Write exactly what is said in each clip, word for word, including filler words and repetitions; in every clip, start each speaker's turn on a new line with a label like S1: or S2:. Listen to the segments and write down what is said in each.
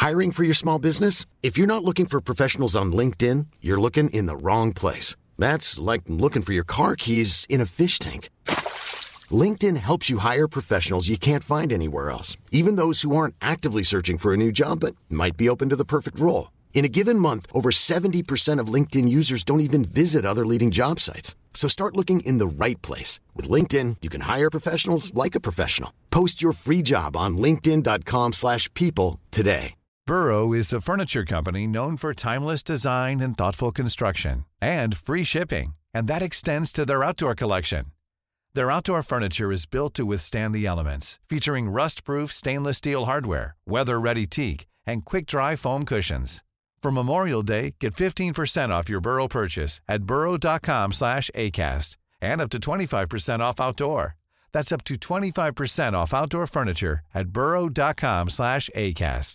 S1: Hiring for your small business? If you're not looking for professionals on LinkedIn, you're looking in the wrong place. That's like looking for your car keys in a fish tank. LinkedIn helps you hire professionals you can't find anywhere else, even those who aren't actively searching for a new job but might be open to the perfect role. In a given month, over seventy percent of LinkedIn users don't even visit other leading job sites. So start looking in the right place. With LinkedIn, you can hire professionals like a professional. Post your free job on linkedin dot com slash people today.
S2: Burrow is a furniture company known for timeless design and thoughtful construction, and free shipping, and that extends to their outdoor collection. Their outdoor furniture is built to withstand the elements, featuring rust-proof stainless steel hardware, weather-ready teak, and quick-dry foam cushions. For Memorial Day, get fifteen percent off your Burrow purchase at burrow dot com slash acast, and up to twenty-five percent off outdoor. That's up to twenty-five percent off outdoor furniture at burrow dot com slash acast.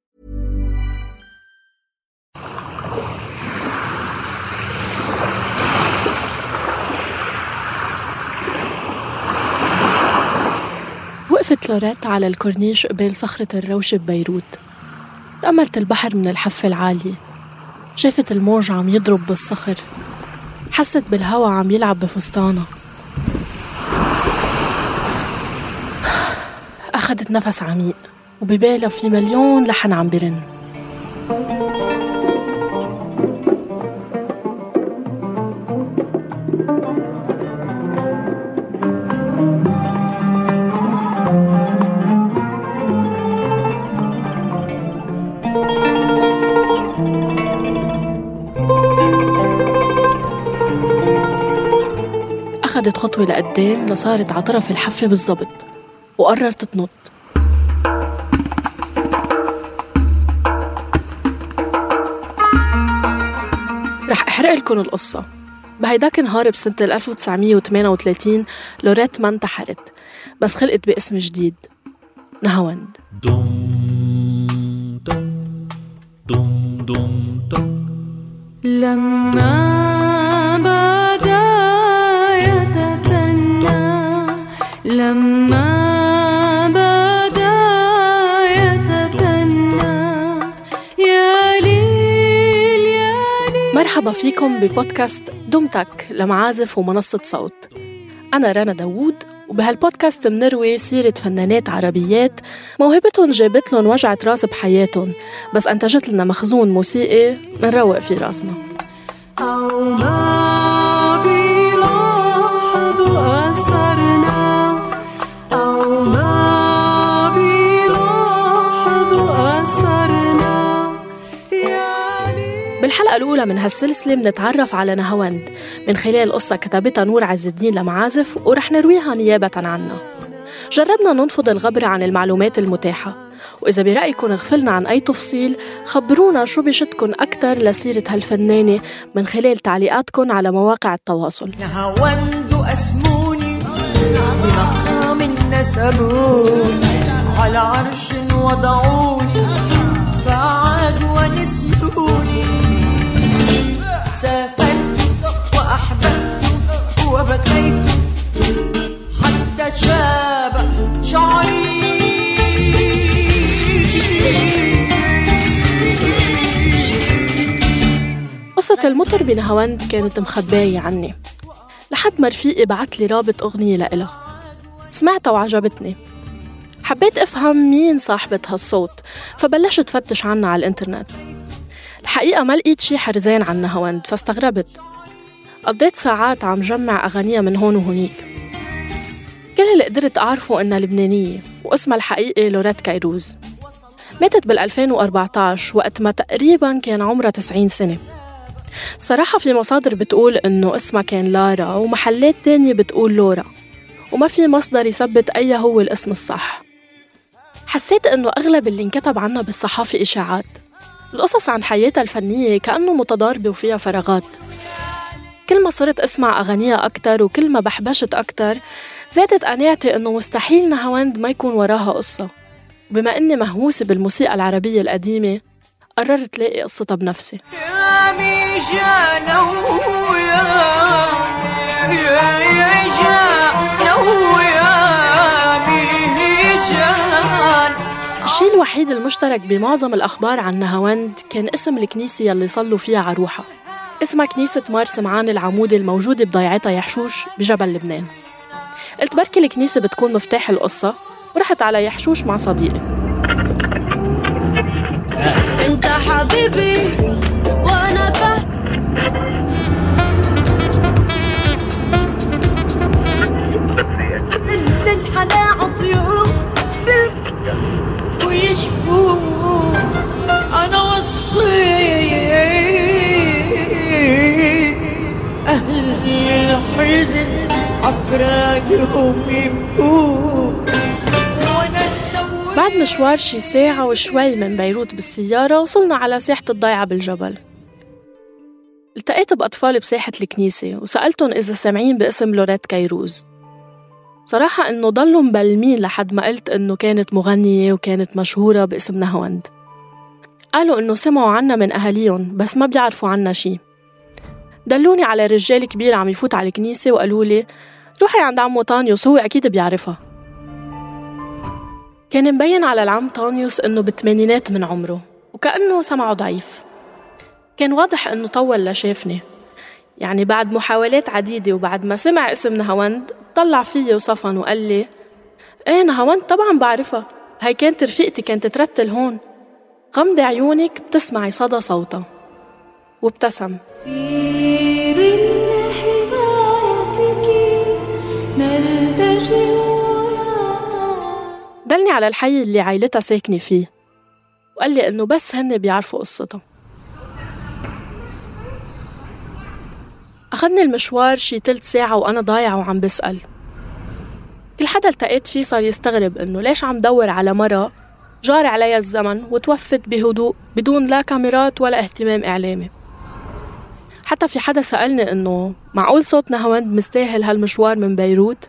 S3: وقفت لوريت على الكورنيش قبال صخرة الروشة ببيروت. تأملت البحر من الحافة العالية، شافت الموج عم يضرب بالصخر، حست بالهوا عم يلعب بفستانها. أخدت نفس عميق وببالها في مليون لحن عم برن. أخدت خطوة لقدام لصارت على طرف الحافة بالضبط وقررت تنط. رح أحرق لكم القصة. بهيداك النهار بسنة ألف وتسعمية وثمانية وثلاثين لوريت ما انتحرت، بس خلقت باسم جديد، نهاوند.
S4: لما لما بدا يتثنى يا ليل يا ليل.
S3: مرحبا فيكم ببودكاست دمتك لمعازف ومنصة صوت. أنا رنا داوود، وبهالبودكاست منروي سيرة فنانات عربيات موهبتهم جابت لهم وجعة راس بحياتهم، بس أنتجت لنا مخزون موسيقي منروق في راسنا.
S4: أو ما بيلاحظ أثرنا، أو ما بيلاحظ أثرنا يا ليل.
S3: بالحلقة الأولى من هالسلسلة منتعرف على نهاوند من خلال قصة كتبتها نور عز الدين لمعازف، ورح نرويها نيابة عنها. جربنا ننفض الغبرة عن المعلومات المتاحة، وإذا برأيكم غفلنا عن أي تفصيل خبرونا شو بيشدكن أكتر لسيرة هالفنانة من خلال تعليقاتكن على مواقع التواصل.
S5: نهاوند أسموني بمقام نسبوني، على عرش وضعوني فعاد ونسيوني. سافرت وأحببت وبكيت حتى شاب شعري.
S3: قصة المطر بنهاوند كانت مخباية عني لحد ما رفيقي بعت لي رابط أغنية لإلها. سمعتها وعجبتني، حبيت أفهم مين صاحبة هالصوت، فبلشت فتش عنها على الإنترنت. الحقيقة ما لقيت شي حرزان عن نهاوند، فاستغربت. قضيت ساعات عم جمع أغانيها من هون وهونيك. كل اللي قدرت أعرفه إنها لبنانية واسمها الحقيقي لوريت كيروز. ماتت بالألفين وأربعتاشر وقت ما تقريباً كان عمرها تسعين سنة. صراحة في مصادر بتقول إنه اسمها كان لارا، ومحلات تانية بتقول لورا، وما في مصدر يثبت أي هو الاسم الصح. حسيت إنه أغلب اللي انكتب عنها بالصحافة إشاعات. القصص عن حياتها الفنية كأنه متضاربة وفيها فراغات. كل ما صرت أسمع أغانيها أكتر وكل ما بحبشت أكتر، زادت قناعتي إنه مستحيل نهاوند ما يكون وراها قصة. بما إني مهووسة بالموسيقى العربية القديمة، قررت لاقي قصتها بنفسي. الشيء الوحيد المشترك بمعظم الأخبار عن نهاوند كان اسم الكنيسة يلي صلوا فيها عروحة. اسمها كنيسة مار سمعان العمودي الموجودة بضيعتها يحشوش بجبل لبنان. قلت بركي الكنيسة بتكون مفتاح القصة، ورحت على يحشوش مع صديقي.
S6: انت حبيبي وانا فهم
S5: من حدا عطيوه ويشبوه أنا وصي أهل الحزن عفراقهم يبكوا.
S3: بعد مشوار شي ساعة وشوي من بيروت بالسيارة وصلنا على ساحة الضيعة بالجبل. التقيت بأطفال بساحة الكنيسة وسألتهم إذا سامعين باسم لوريت كيروز. صراحة إنه ضلوا مبلمين لحد ما قلت إنه كانت مغنية وكانت مشهورة باسم نهاوند. قالوا إنه سمعوا عنا من أهاليهم بس ما بيعرفوا عنا شي. دلوني على رجال كبير عم يفوت على الكنيسة وقالوا لي روحي عند عمو طانيوس هو أكيد بيعرفها. كان مبين على العم طانيوس إنه بالثمانينات من عمره وكأنه سمعه ضعيف. كان واضح إنه طول لشافني، يعني بعد محاولات عديدة وبعد ما سمع اسم نهاوند طلع فيي وصفن وقال لي ايه نهاوند طبعا بعرفها، هاي كانت رفيقتي كانت ترتل هون. غمضي عيونك بتسمعي صدى صوتها. وابتسم. دلني على الحي اللي عائلتها ساكنة فيه وقال لي إنه بس هن بيعرفوا قصتها. أخذني المشوار شي تلت ساعة وأنا ضايعة وعم بسأل. كل حدا التقيت فيه صار يستغرب إنه ليش عم دور على مرة جار عليها الزمن وتوفت بهدوء بدون لا كاميرات ولا اهتمام إعلامي. حتى في حدا سألني إنه معقول صوت نهاوند مستاهل هالمشوار من بيروت؟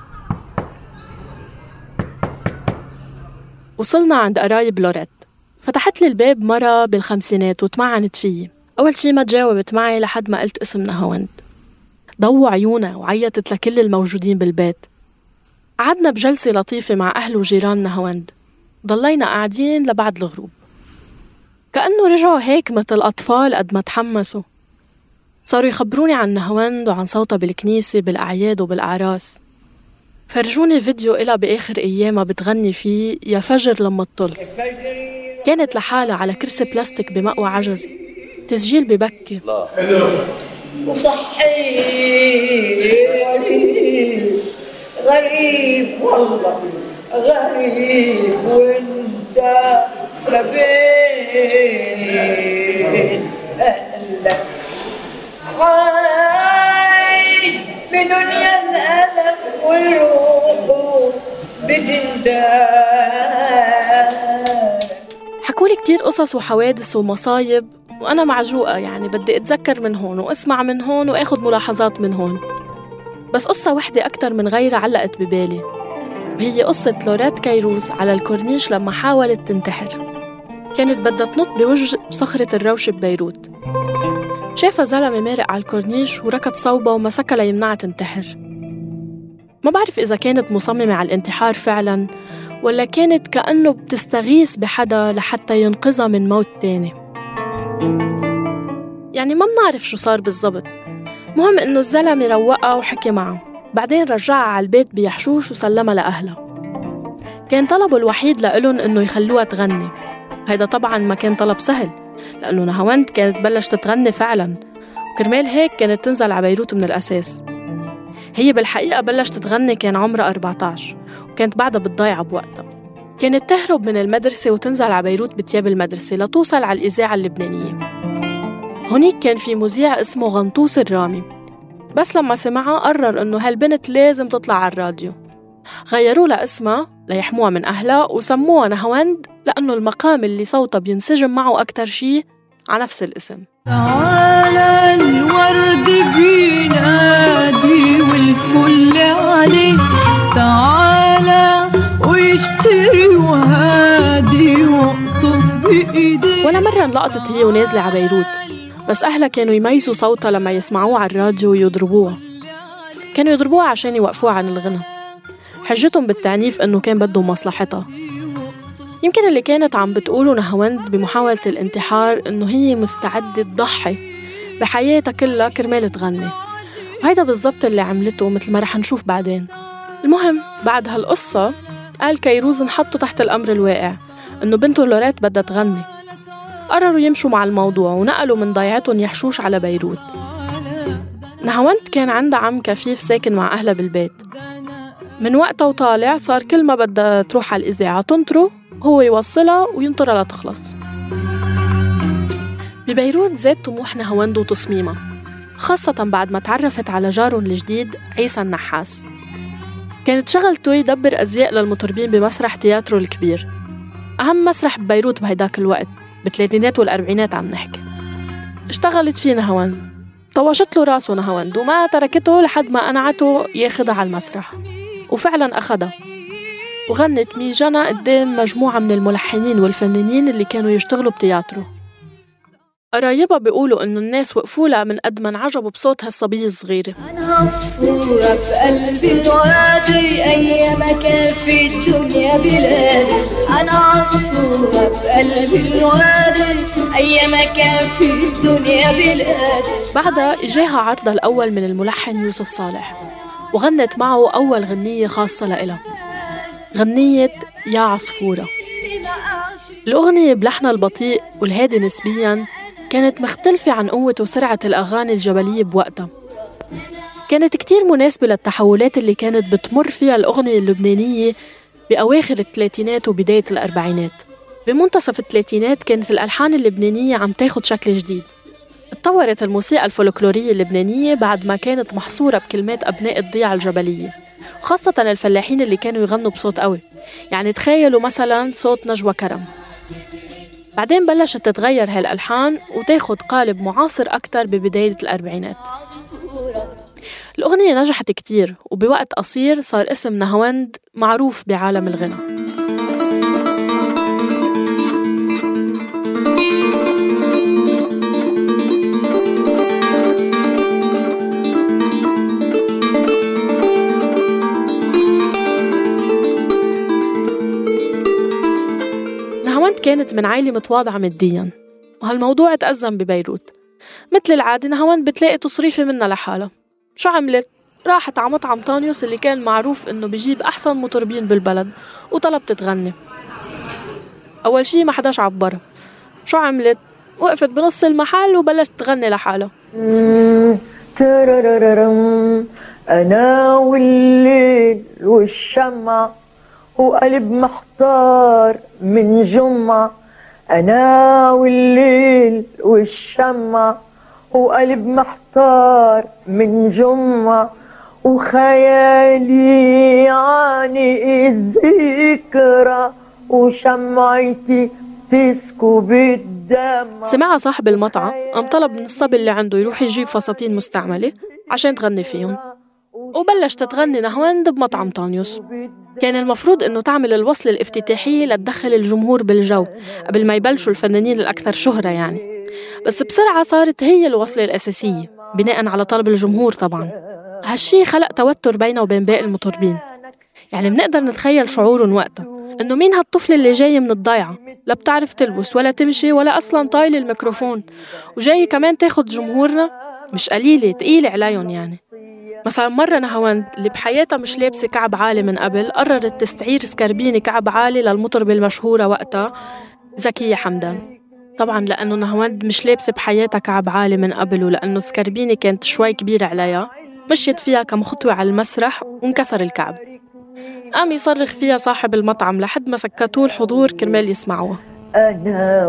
S3: وصلنا عند قرايب لوريت. فتحت لي الباب مرة بالخمسينات وتمعنت فيي. أول شي ما تجاوبت معي لحد ما قلت اسم نهاوند. ضووا عيونها وعيطت لكل الموجودين بالبيت. قعدنا بجلسة لطيفة مع أهل وجيران نهاوند. ضلينا قاعدين لبعد الغروب. كأنه رجعوا هيك مثل أطفال قد ما تحمسوا. صاروا يخبروني عن نهاوند وعن صوتها بالكنيسة بالأعياد وبالأعراس. فرجوني فيديو إلها بآخر أيامها بتغني فيه يا فجر لما تطل. كانت لحالها على كرسي بلاستيك بمقوى عجزي. تسجيل ببكي.
S5: وصحي غريب غريب والله غريب وانت ما بين أهلك عايش بدنيا الألم والروح بتندم.
S3: حكولي كتير قصص وحوادث ومصايب وأنا معجوقة، يعني بدي أتذكر من هون وأسمع من هون وأخذ ملاحظات من هون. بس قصة وحدة أكتر من غيرها علقت ببالي، وهي قصة لوريت كيروز على الكورنيش لما حاولت تنتحر. كانت بدها تنط بوجه صخرة الروش ببيروت. شافها زلمة مارق على الكورنيش وركض صوبها ومسكها ليمنعها تنتحر. ما بعرف إذا كانت مصممة على الانتحار فعلاً ولا كانت كأنه بتستغيث بحدا لحتى ينقذها من موت تاني. يعني ما بنعرف شو صار بالضبط. مهم إنه الزلمة روقها وحكي معه، بعدين رجعها على البيت بيحشوش وسلمها لأهلها. كان طلبه الوحيد لإلهم إنه يخلوها تغني. هيدا طبعاً ما كان طلب سهل لأنه نهاوند كانت بلشت تغني فعلاً، وكرمال هيك كانت تنزل على بيروت من الأساس. هي بالحقيقة بلشت تغني كان عمرها أربعة عشر وكانت بعدها بالضيعة بوقتها. كانت تهرب من المدرسة وتنزل على بيروت بتياب المدرسة لتوصل على الإذاعة اللبنانية. هونيك كان في مذيع اسمه غنطوس الرامي، بس لما سمعها قرر إنه هالبنت لازم تطلع على الراديو. غيروا لها اسمها ليحموها من أهلها وسموها نهاوند لأنه المقام اللي صوتها بينسجم معه أكتر شي على نفس الاسم.
S4: تعالى الورد بينادي والكل عليه، تعالى ويشتري وهادي وقطف بإيديه.
S3: ولا مرة انلقطت هي ونازلة على بيروت، بس أهلها كانوا يميزوا صوتها لما يسمعوها على الراديو ويضربوها. كانوا يضربوها عشان يوقفوها عن الغنى. حجتهم بالتعنيف إنه كان بدهم مصلحتها. يمكن اللي كانت عم بتقوله نهاوند بمحاولة الانتحار إنه هي مستعدة تضحي بحياتها كلها كرمال تغني، وهيدا بالضبط اللي عملته مثل ما رح نشوف بعدين. المهم بعد هالقصة قال كيروز انحطوا تحت الأمر الواقع إنه بنته لوريت بدها تغني. قرروا يمشوا مع الموضوع ونقلوا من ضيعتهم يحشوش على بيروت. نهاوند كان عندها عم كفيف ساكن مع أهلها بالبيت. من وقتها وطالع صار كل ما بدها تروح على الإذاعة تنطره هو يوصلها وينطرها لتخلص. ببيروت زاد طموح نهاوند وتصميمها، خاصة بعد ما تعرفت على جارهم الجديد عيسى النحاس. كانت شغلته يدبر أزياء للمطربين بمسرح تياترو الكبير، أهم مسرح ببيروت بهيداك الوقت، بالثلاثينات والأربعينات عم نحكي. اشتغلت فيه نهاوند، طوشت له راسه نهاوند وما تركته لحد ما قنعته ياخدها على المسرح، وفعلا أخدها وغنت ميجانا قدام مجموعة من الملحنين والفنانين اللي كانوا يشتغلوا بتياترو. قرايبها بيقولوا إنه الناس وقفوا لها من قد ما انعجبوا بصوت هالصبية الصغيرة.
S6: أنا عصفورة في قلب الوادي أيام كان في الدنيا بلادي. أنا عصفورة في قلب الوادي أيام كان في الدنيا بلادي.
S3: بعدها إجاها عرضها الأول من الملحن يوسف صالح، وغنت معه أول غنية خاصة لإلها، غنية يا عصفورة. الأغنية بلحنها البطيء والهادي نسبياً كانت مختلفة عن قوة وسرعة الأغاني الجبلية بوقتها. كانت كتير مناسبة للتحولات اللي كانت بتمر فيها الأغنية اللبنانية بأواخر الثلاثينات وبداية الأربعينات. بمنتصف الثلاثينات كانت الألحان اللبنانية عم تاخد شكل جديد. اتطورت الموسيقى الفولكلورية اللبنانية بعد ما كانت محصورة بكلمات أبناء الضيعة الجبلية، وخاصة الفلاحين اللي كانوا يغنوا بصوت قوي. يعني تخيلوا مثلا صوت نجوى كرم. بعدين بلشت تتغير هالألحان وتاخد قالب معاصر أكتر ببداية الأربعينات. الأغنية نجحت كتير، وبوقت قصير صار اسم نهاوند معروف بعالم الغنى. نهاوند كانت من عائلة متواضعة مادياً، وهالموضوع تأزم ببيروت. مثل العادة نهاوند بتلاقي تصريفة منها لحالها. شو عملت؟ راحت على مطعم طانيوس اللي كان معروف إنه بيجيب أحسن مطربين بالبلد وطلبت تغني. أول شي ما حداش عبرها. شو عملت؟ وقفت بنص المحل وبلشت تغني لحالها.
S7: أنا والليل والشمع وقلب محتار من جمعة. أنا والليل والشمع وقلب محتار من جمعة. وخيالي عاني الذكرى وشمعتي تسكب الدمع.
S3: سمعها صاحب المطعم، قام طلب من الصبي اللي عنده يروح يجيب فساتين مستعملة عشان تغني فيهم، وبلشت تغني نهاوند بمطعم طانيوس. كان المفروض إنه تعمل الوصلة الافتتاحية لتدخل الجمهور بالجو قبل ما يبلشوا الفنانين الأكثر شهرة يعني، بس بسرعة صارت هي الوصلة الأساسية بناء على طلب الجمهور طبعاً. هالشي خلق توتر بينه وبين باقي المطربين. يعني بنقدر نتخيل شعورهم وقتها إنه مين هالطفلة اللي جاية من الضيعة، لا بتعرف تلبس ولا تمشي ولا أصلاً طايلة الميكروفون، وجاية كمان تاخد جمهورنا؟ مش قليلة، تقيلة عليهم يعني. مثلا مرة نهاوند اللي بحياتها مش لابسة كعب عالي من قبل قررت تستعير سكربيني كعب عالي للمطربة المشهورة وقتها زكية حمدان. طبعا لأنه نهاوند مش لابسة بحياتها كعب عالي من قبل، ولأنه سكربيني كانت شوي كبيرة عليها، مشيت فيها كم خطوة على المسرح وانكسر الكعب. قام يصرخ فيها صاحب المطعم لحد ما سكتوه الحضور كرمال يسمعوها.
S7: أنا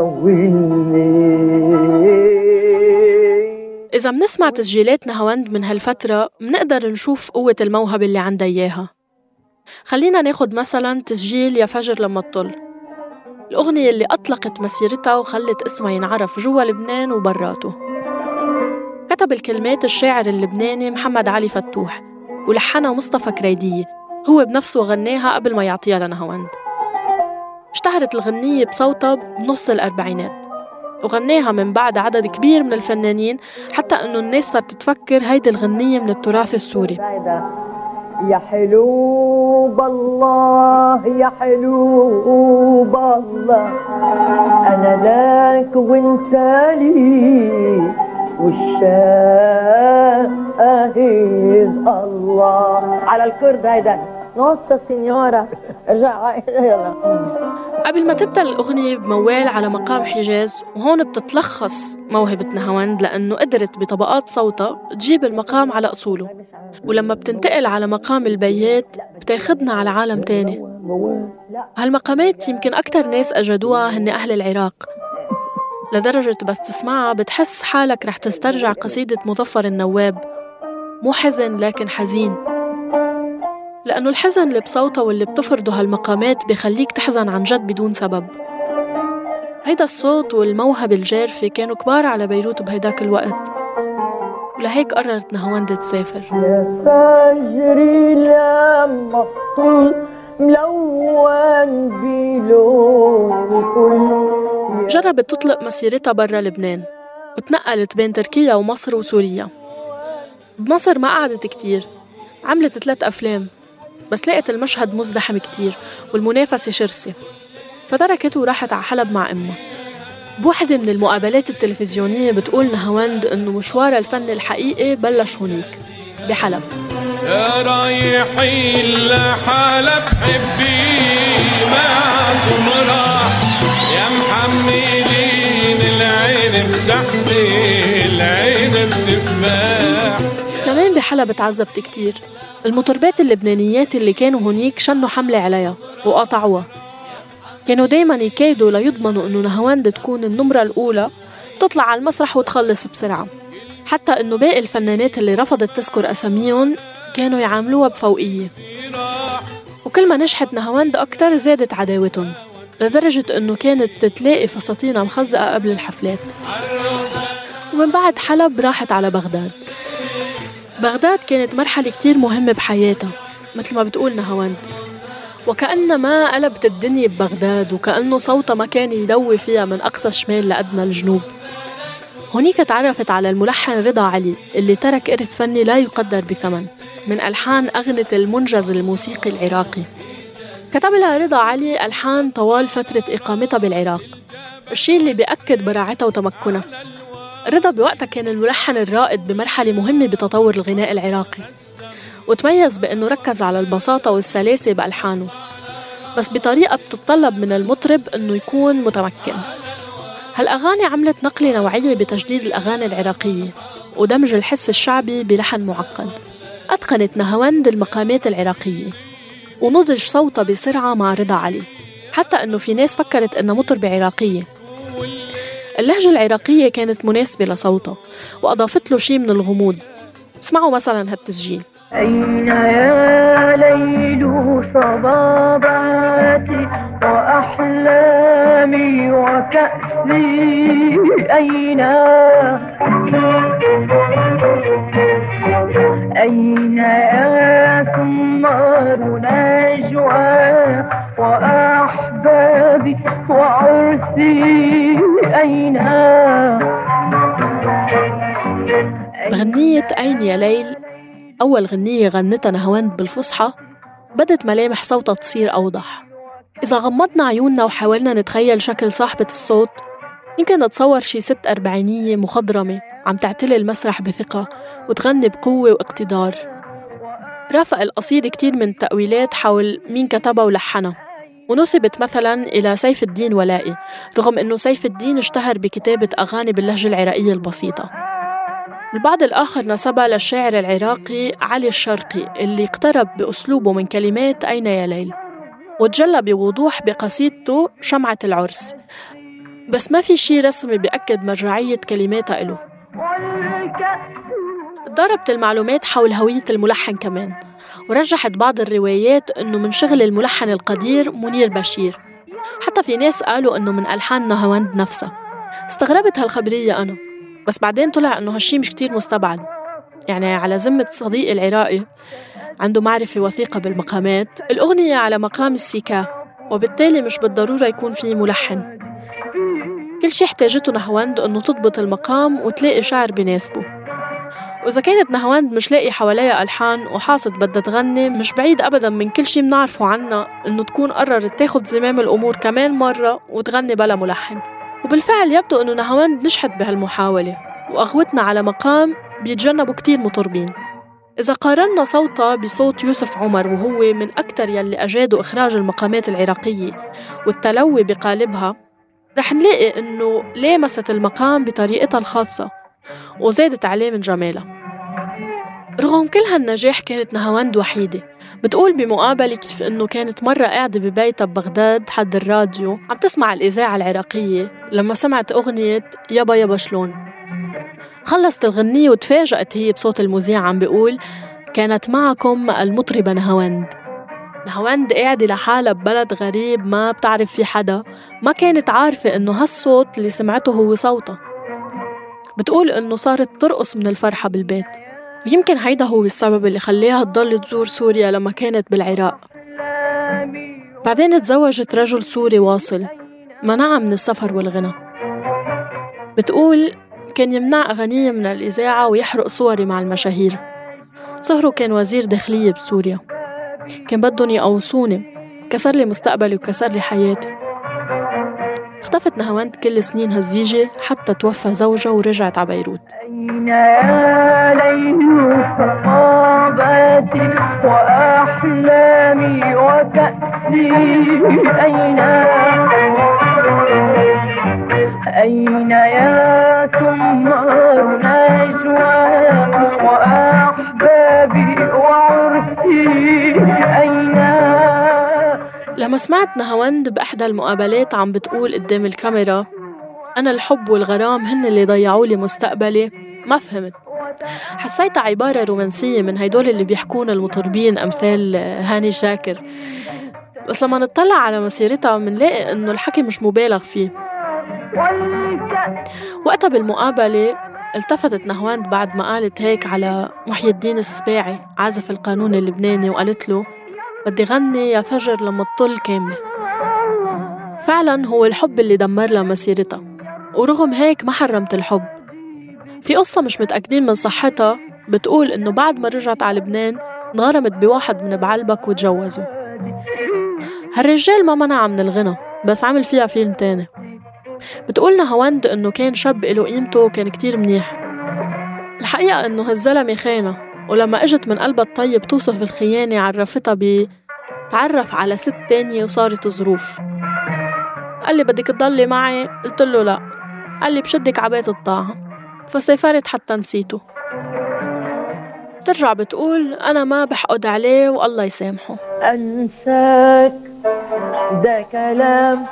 S7: والليل.
S3: إذا منسمع تسجيلات نهاوند من هالفترة منقدر نشوف قوة الموهبة اللي عندها إياها. خلينا ناخد مثلا تسجيل يا فجر لما تطل، الأغنية اللي أطلقت مسيرتها وخلت اسمها ينعرف جوا لبنان وبراته. كتب الكلمات الشاعر اللبناني محمد علي فتوح، ولحنها مصطفى كريدية، هو بنفسه غناها قبل ما يعطيها لنهاوند. اشتهرت الغنية بصوتها بنص الأربعينات، وغناها من بعد عدد كبير من الفنانين، حتى أنه الناس صارت تفكر هيدي الغنية من التراث السوري.
S7: يا حلو بالله يا حلو بالله أنا لك وانت لي والشاهد الله على الكرد هيدا نوصى سينيورا ارجع يلا.
S3: قبل ما تبدأ الأغنية بموال على مقام حجاز، وهون بتتلخص موهبة نهاوند لأنه قدرت بطبقات صوتها تجيب المقام على أصوله، ولما بتنتقل على مقام البيات بتاخدنا على عالم تاني. هالمقامات يمكن أكتر ناس أجدوها هن أهل العراق، لدرجة بس تسمعها بتحس حالك رح تسترجع قصيدة مظفر النواب، مو حزن لكن حزين، لأنه الحزن اللي بصوتها واللي بتفرضه هالمقامات بيخليك تحزن عن جد بدون سبب. هيدا الصوت والموهبة الجارفة كانوا كبار على بيروت بهيداك الوقت، ولهيك قررت نهاوند تسافر.
S7: يا فجري لما طل ملون بلون كل.
S3: جربت تطلق مسيرتها برا لبنان وتنقلت بين تركيا ومصر وسوريا. بمصر ما قعدت كتير، عملت ثلاث أفلام بس لقت المشهد مزدحم كتير والمنافسة شرسة، فتركته وراحت على حلب مع أمها. بوحدة من المقابلات التلفزيونية بتقول نهاوند إنه مشوار الفن الحقيقي بلش هونيك بحلب.
S8: يا رايحين لحلب حبي معكم راح، يا محملين العين بتحمي العين بتفاح.
S3: كمان بحلب تعذبت كتير. المطربات اللبنانيات اللي كانوا هونيك شنوا حملة عليها وقاطعوها، كانوا دايماً يكايدوا ليضمنوا إنه نهاوند تكون النمرة الأولى تطلع على المسرح وتخلص بسرعة، حتى إنه باقي الفنانات اللي رفضت تذكر أساميهم كانوا يعاملوها بفوقية. وكل ما نجحت نهاوند أكتر زادت عداوتهم، لدرجة إنه كانت تتلاقي فساتينها مخزقة قبل الحفلات. ومن بعد حلب راحت على بغداد. بغداد كانت مرحلة كتير مهمة بحياتها مثل ما بتقول نهاوند، وكأن ما قلبت الدنيا ببغداد، وكأنه صوتها ما كان يدوي فيها من أقصى الشمال لأدنى الجنوب. هونيك تعرفت على الملحن رضا علي اللي ترك إرث فني لا يقدر بثمن من ألحان أغنية المنجز الموسيقي العراقي. كتب لها رضا علي ألحان طوال فترة إقامتها بالعراق، الشيء اللي بيأكد براعتها وتمكنها. رضا بوقتها كان الملحن الرائد بمرحلة مهمة بتطور الغناء العراقي، وتميز بأنه ركز على البساطة والسلاسة بألحانه، بس بطريقة بتتطلب من المطرب أنه يكون متمكن. هالأغاني عملت نقلة نوعية بتجديد الأغاني العراقية ودمج الحس الشعبي بلحن معقد. أتقنت نهاوند المقامات العراقية ونضج صوتها بسرعة مع رضا علي، حتى أنه في ناس فكرت أنها مطربة عراقية. اللهجة العراقية كانت مناسبة لصوتها وأضافت له شيء من الغموض. اسمعوا مثلا هالتسجيل.
S7: أين يا ليل صباباتي وأحلامي وكأسي، أين أين يا ثمار نجوى وأحبابي وعرسي، أين
S3: بغنية أين يا ليل، أول غنية غنتها نهاوند بالفصحى، بدت ملامح صوتها تصير أوضح. إذا غمضنا عيوننا وحاولنا نتخيل شكل صاحبة الصوت، يمكن نتصور شي ست أربعينية مخضرمة عم تعتلي المسرح بثقة وتغني بقوة واقتدار. رافق القصيدة كتير من التأويلات حول مين كتبها ولحنها، ونسبت مثلاً إلى سيف الدين ولائي، رغم أنه سيف الدين اشتهر بكتابة أغاني باللهجة العراقية البسيطة. البعض الآخر نسبها للشاعر العراقي علي الشرقي اللي اقترب بأسلوبه من كلمات أين يا ليل، وتجلى بوضوح بقصيدته شمعة العرس، بس ما في شي رسمي بيأكد مرجعية كلماتها إله. ضربت المعلومات حول هوية الملحن كمان، ورجحت بعض الروايات أنه من شغل الملحن القدير منير بشير، حتى في ناس قالوا أنه من ألحان نهاوند نفسها. استغربت هالخبرية أنا، بس بعدين طلع أنه هالشي مش كتير مستبعد. يعني على ذمة صديقي العراقي عنده معرفة وثيقة بالمقامات، الأغنية على مقام السيكا، وبالتالي مش بالضرورة يكون فيه ملحن. كل شي احتاجته نهاوند أنه تضبط المقام وتلاقي شعر بناسبه، وإذا كانت نهاوند مش لاقي حواليها ألحان وحاصد بدها تغني، مش بعيد أبداً من كل شي منعرفه عنها إنه تكون قررت تاخد زمام الأمور كمان مرة وتغني بلا ملحن. وبالفعل يبدو إنه نهاوند نجحت بهالمحاولة وأغوتنا على مقام بيتجنبوا كتير مطربين. إذا قارنا صوتها بصوت يوسف عمر، وهو من أكتر يلي أجادوا إخراج المقامات العراقية والتلوي بقالبها، رح نلاقي إنه لامست المقام بطريقتها الخاصة وزادت عليه من جمالها. رغم كل هالنجاح كانت نهاوند وحيدة. بتقول بمقابلة كيف إنه كانت مرة قاعدة ببيتها ببغداد حد الراديو عم تسمع الإذاعة العراقية لما سمعت أغنية يابا يابا شلون. خلصت الغنية وتفاجأت هي بصوت المذيع عم بيقول كانت معكم المطربة نهاوند. نهاوند قاعدة لحالها ببلد غريب ما بتعرف في حدا، ما كانت عارفة إنه هالصوت اللي سمعته هو صوتها. بتقول إنه صارت ترقص من الفرحة بالبيت، ويمكن هيدا هو السبب اللي خليها تضل تزور سوريا لما كانت بالعراق. بعدين تزوجت رجل سوري واصل منعها من السفر والغنى. بتقول كان يمنع أغنية من الإذاعة ويحرق صوري مع المشاهير. صهره كان وزير داخلية بسوريا، كان بدهم يقوصوني، كسر لي مستقبلي وكسر لي حياتي. اختفت نهاوند كل سنين هالزيجة حتى توفى زوجها ورجعت على بيروت.
S7: أين يا ليل صحابتي وأحلامي وكأسي، أين أين يا ثمار نجوى وأحبابي وعرسي، أين.
S3: لما سمعت نهاوند بإحدى المقابلات عم بتقول قدام الكاميرا أنا الحب والغرام هن اللي ضيعوا لي مستقبلي، ما فهمت. حسيتها عبارة رومانسية من هيدول اللي بيحكون المطربين أمثال هاني شاكر، بس لما نطلع على مسيرتها منلاقي إنه الحكي مش مبالغ فيه. وقتها بالمقابلة التفتت نهاوند بعد ما قالت هيك على محي الدين السباعي عازف القانون اللبناني وقالت له بدي غني يا فجر لما تطل كاملة. فعلا هو الحب اللي دمر لها مسيرتها، ورغم هيك ما حرمت الحب. في قصة مش متأكدين من صحتها بتقول إنه بعد ما رجعت على لبنان انغرمت بواحد من بعلبك وتجوزوا. هالرجال ما منعها من الغنى بس عمل فيها فيلم تاني. بتقول نهاوند إنه كان شاب إله قيمته وكان كتير منيح. الحقيقة إنه هالزلمة خانة، ولما إجت من قلبها الطيب توصف الخيانة عرفتها بتعرف على ست تانية وصارت ظروف. قال لي بدك تضلي معي؟ قلت له لا. قال لي بشدك عبيت الطاعة، فسافرت حتى نسيته. ترجع بتقول أنا ما بحقد عليه والله يسامحه.
S7: أنساك ده كلام،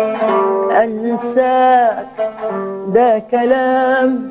S7: أنساك ده كلام،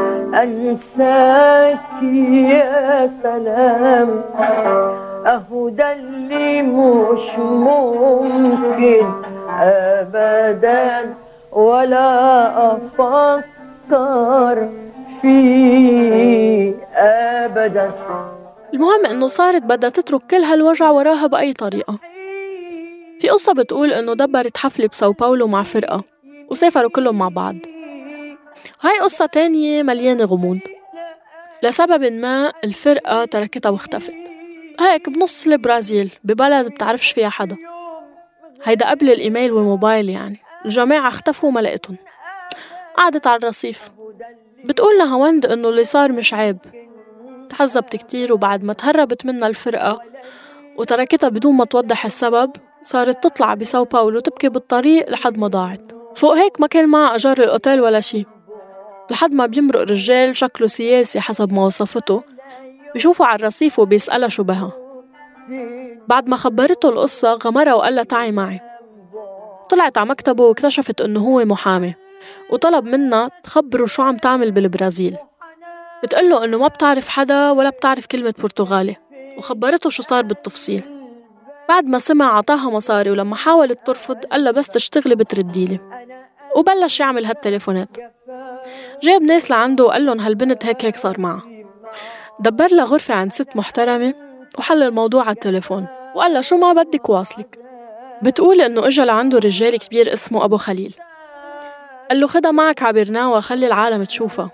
S7: أنساك يا سلام، أهو ده اللي مش ممكن أبدا ولا أفكر فيه أبدا.
S3: المهم إنه صارت بدها تترك كل هالوجع وراها بأي طريقة. في قصة بتقول إنه دبرت حفلة بساو باولو مع فرقة وسافروا كلهم مع بعض. هاي قصة تانية مليانة غموض. لسبب ما الفرقة تركتها واختفت هيك بنص البرازيل ببلد بتعرفش فيها حدا. هيدا قبل الإيميل والموبايل يعني. الجماعة اختفوا وما لقيتهم. قعدت على الرصيف. بتقول نهاوند إنه اللي صار مش عيب. تحزبت كتير، وبعد ما تهربت منها الفرقة وتركتها بدون ما توضح السبب صارت تطلع بساو باولو تبكي بالطريق لحد ما ضاعت. فوق هيك ما كان معها أجار الأوتيل ولا شي، لحد ما بيمرق رجال شكله سياسي حسب ما وصفته بيشوفوا على الرصيف وبيسألها شو بها. بعد ما خبرته القصة غمرها وقال لها تعي معي. طلعت على مكتبه واكتشفت إنه هو محامي، وطلب منها تخبره شو عم تعمل بالبرازيل. بتقله إنه ما بتعرف حدا ولا بتعرف كلمة برتغالي، وخبرته شو صار بالتفصيل. بعد ما سمع عطاها مصاري، ولما حاولت ترفض قال لها بس تشتغلي بترديلي، وبلش يعمل هالتليفونات. جاب ناس لعنده وقال لهم هالبنت هيك هيك صار معها. دبر لها غرفة عند ست محترمة وحل الموضوع على التليفون، وقال لها شو ما بدك واصلك. بتقول إنه إجا لعنده رجال كبير اسمه أبو خليل، قال له خدها معك عبرناوة خلي العالم تشوفها.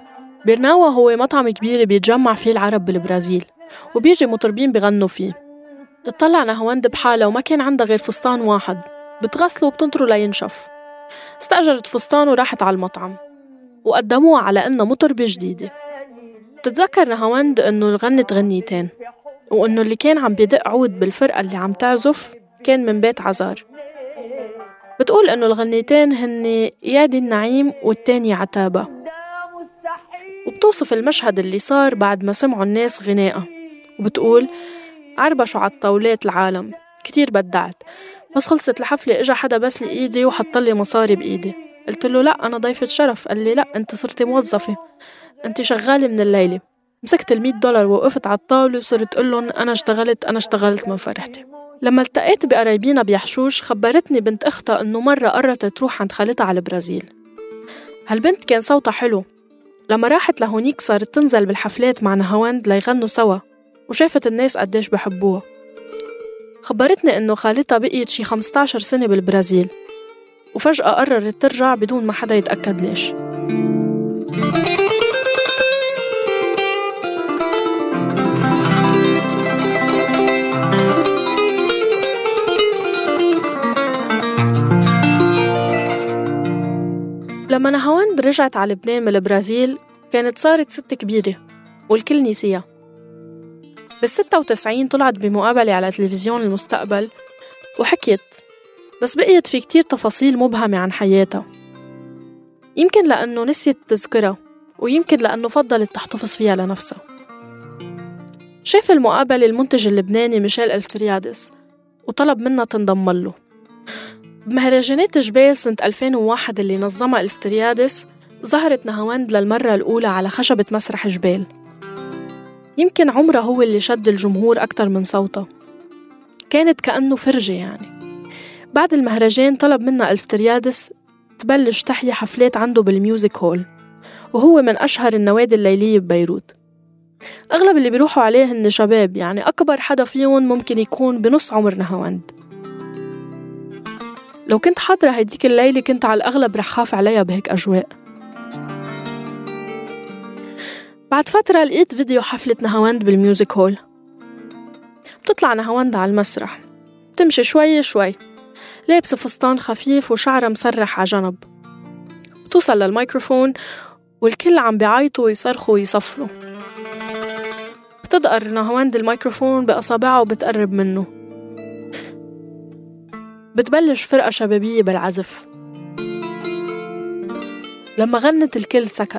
S3: بيرناوا هو مطعم كبير بيتجمع فيه العرب بالبرازيل، وبيجي مطربين بيغنوا فيه. بتطلع نهاوند بحالة وما كان عندها غير فستان واحد، بتغسله وبتنطره لينشف. استأجرت فستان وراحت على المطعم وقدموها على إنها مطربة جديدة. بتتذكر نهاوند إنه غنت غنيتين، وإنه اللي كان عم بيدق عود بالفرقة اللي عم تعزف كان من بيت عزار. بتقول إنه الغنيتين هن يادي النعيم والتاني عتابة، وبتوصف المشهد اللي صار بعد ما سمعوا الناس غناءة، وبتقول عربشوا على الطاولات العالم كتير بدعت، بس خلصت الحفلة إجا حدا بس لي إيدي وحطلي مصاري بإيدي. قلت له لا أنا ضيفة شرف. قال لي لا أنت صرتي موظفة، أنت شغالة من الليلة. مسكت المية دولار ووقفت على الطاولة وصرت قلن أنا اشتغلت أنا اشتغلت من فرحتي. لما التقيت بقرايبينا بيحشوش خبرتني بنت أختها إنه مرة قررت تروح عند خالتها على البرازيل. هالبنت كان صوتها حلو، لما راحت لهونيك صارت تنزل بالحفلات مع نهاوند ليغنوا سوا، وشافت الناس قديش بحبوها. خبرتني إنه خالتها بقيت شي خمستاشر سنة بالبرازيل، وفجأة قررت ترجع بدون ما حدا يتأكد ليش. لما نهاوند رجعت على لبنان من البرازيل كانت صارت ست كبيرة والكل نسيها. بالستة وتسعين طلعت بمقابلة على تلفزيون المستقبل وحكيت، بس بقيت في كتير تفاصيل مبهمة عن حياتها، يمكن لأنه نسيت تذكرها ويمكن لأنه فضلت تحتفظ فيها لنفسها. شاف المقابلة المنتج اللبناني ميشيل الفتريادس وطلب منها تنضم له. بمهرجانات جبال سنة ألفين وواحد اللي نظمها الفتريادس ظهرت نهاوند للمرة الأولى على خشبة مسرح جبال. يمكن عمرها هو اللي شد الجمهور أكتر من صوتها، كانت كأنه فرجة يعني. بعد المهرجان طلب منها الفتريادس تبلش تحيي حفلات عنده بالميوزك هول، وهو من أشهر النوادي الليلية ببيروت. أغلب اللي بيروحوا عليه هن شباب، يعني أكبر حدا فيهم ممكن يكون بنص عمر نهاوند. لو كنت حاضرة هيديك الليلة كنت على الأغلب رح خاف عليها بهيك أجواء. بعد فترة لقيت فيديو حفلة نهاوند بالميوزك هول. بتطلع نهاوند على المسرح، بتمشي شوي شوي لابسة فستان خفيف وشعرها مسرح على جنب. بتوصل للميكروفون والكل عم بيعيطوا ويصرخوا ويصفروا. بتدقر نهاوند الميكروفون بأصابعها وبتقرب منه. بتبلش فرقة شبابية بالعزف. لما غنت الكل سكت.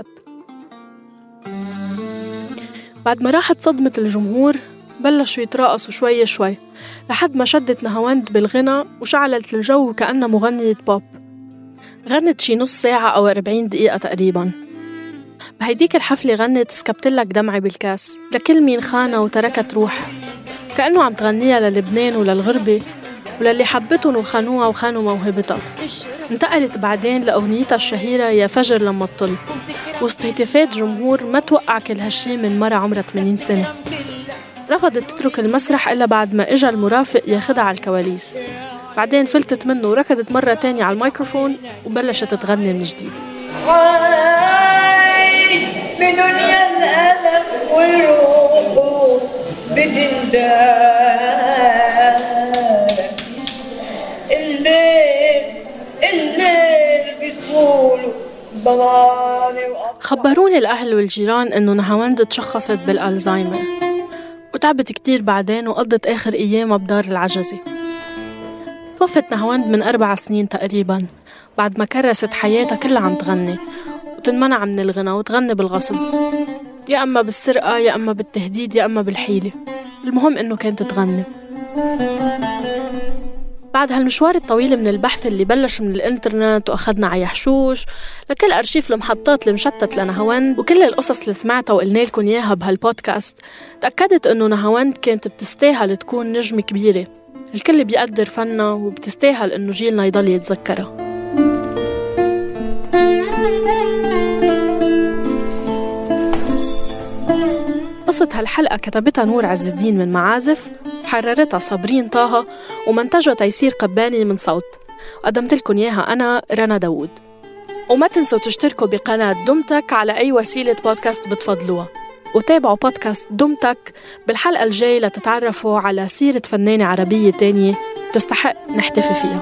S3: بعد ما راحت صدمة الجمهور بلشوا يتراقصوا شوي شوي لحد ما شدت نهاوند بالغنى وشعلت الجو كأنها مغنية بوب. غنت شي نص ساعة أو أربعين دقيقة تقريباً. بهيديك الحفلة غنت سكبتلك دمعي بالكاس لكل مين خانة وتركت روح، كأنه عم تغنيها للبنان وللغربة وللي حبتهم وخانوها وخانوا موهبتها. انتقلت بعدين لأغنيتها الشهيرة يا فجر لما تطل وسط هتافات جمهور ما توقع كل هالشي من مرة عمرها ثمانين سنة. رفضت تترك المسرح إلا بعد ما إجا المرافق ياخدها على الكواليس. بعدين فلتت منه وركضت مرة تانية على الميكروفون وبلشت تغني من جديد.
S5: بدنيا الألم والروح بتندال الليل الليل بتقولوا ضلالي.
S3: خبروني الأهل والجيران إنه نهاوند تشخصت بالألزايمر وتعبت كتير بعدين وقضت آخر أيامها بدار العجزة. توفت نهاوند من أربع سنين تقريباً بعد ما كرست حياتها كلها عم تغني وتنمنع من الغنى وتغني بالغصب، يا أما بالسرقة يا أما بالتهديد يا أما بالحيلة، المهم إنه كانت تغني. بعد هالمشوار الطويل من البحث اللي بلش من الانترنت وأخدنا على يحشوش لكل أرشيف المحطات المشتت لنهاوند وكل القصص اللي سمعتها وقلنا لكم إياها بهالبودكاست، تأكدت إنه نهاوند كانت بتستاهل تكون نجمة كبيرة، الكل بيقدر فنها وبتستاهل إنه جيلنا يضل يتذكرها. قصة هالحلقة كتبتها نور عز الدين من معازف، حررتها صابرين طه، ومنتجها تيسير قباني من صوت. قدمت لكم إياها أنا رنا داود. وما تنسوا تشتركوا بقناة دمتك على أي وسيلة بودكاست بتفضلوها، وتابعوا بودكاست دمتك بالحلقة الجاي لتتعرفوا على سيرة فنانة عربية تانية تستحق نحتفي فيها.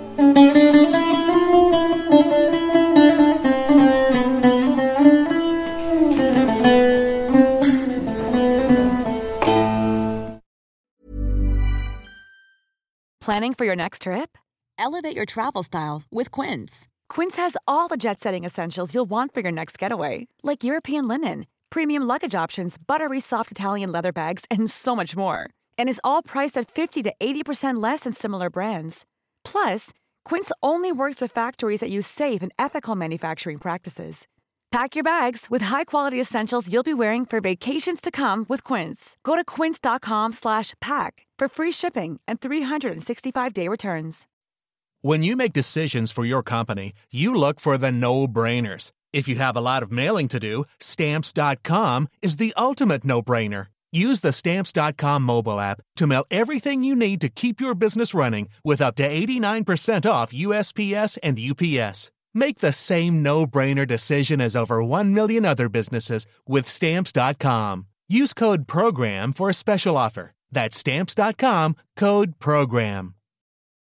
S9: Planning for your next trip? Elevate your travel style with Quince. Quince has all the jet-setting essentials you'll want for your next getaway, like European linen, premium luggage options, buttery soft Italian leather bags, and so much more. And is all priced at fifty to eighty percent less than similar brands. Plus, Quince only works with factories that use safe and ethical manufacturing practices. Pack your bags with high-quality essentials you'll be wearing for vacations to come with Quince. Go to quince.com slash pack for free shipping and three sixty-five day returns.
S10: When you make decisions for your company, you look for the no-brainers. If you have a lot of mailing to do, Stamps dot com is the ultimate no-brainer. Use the Stamps dot com mobile app to mail everything you need to keep your business running with up to eighty-nine percent off U S P S and U P S. Make the same no-brainer decision as over one million other businesses with Stamps dot com. Use code PROGRAM for a special offer. That's Stamps dot com, code PROGRAM.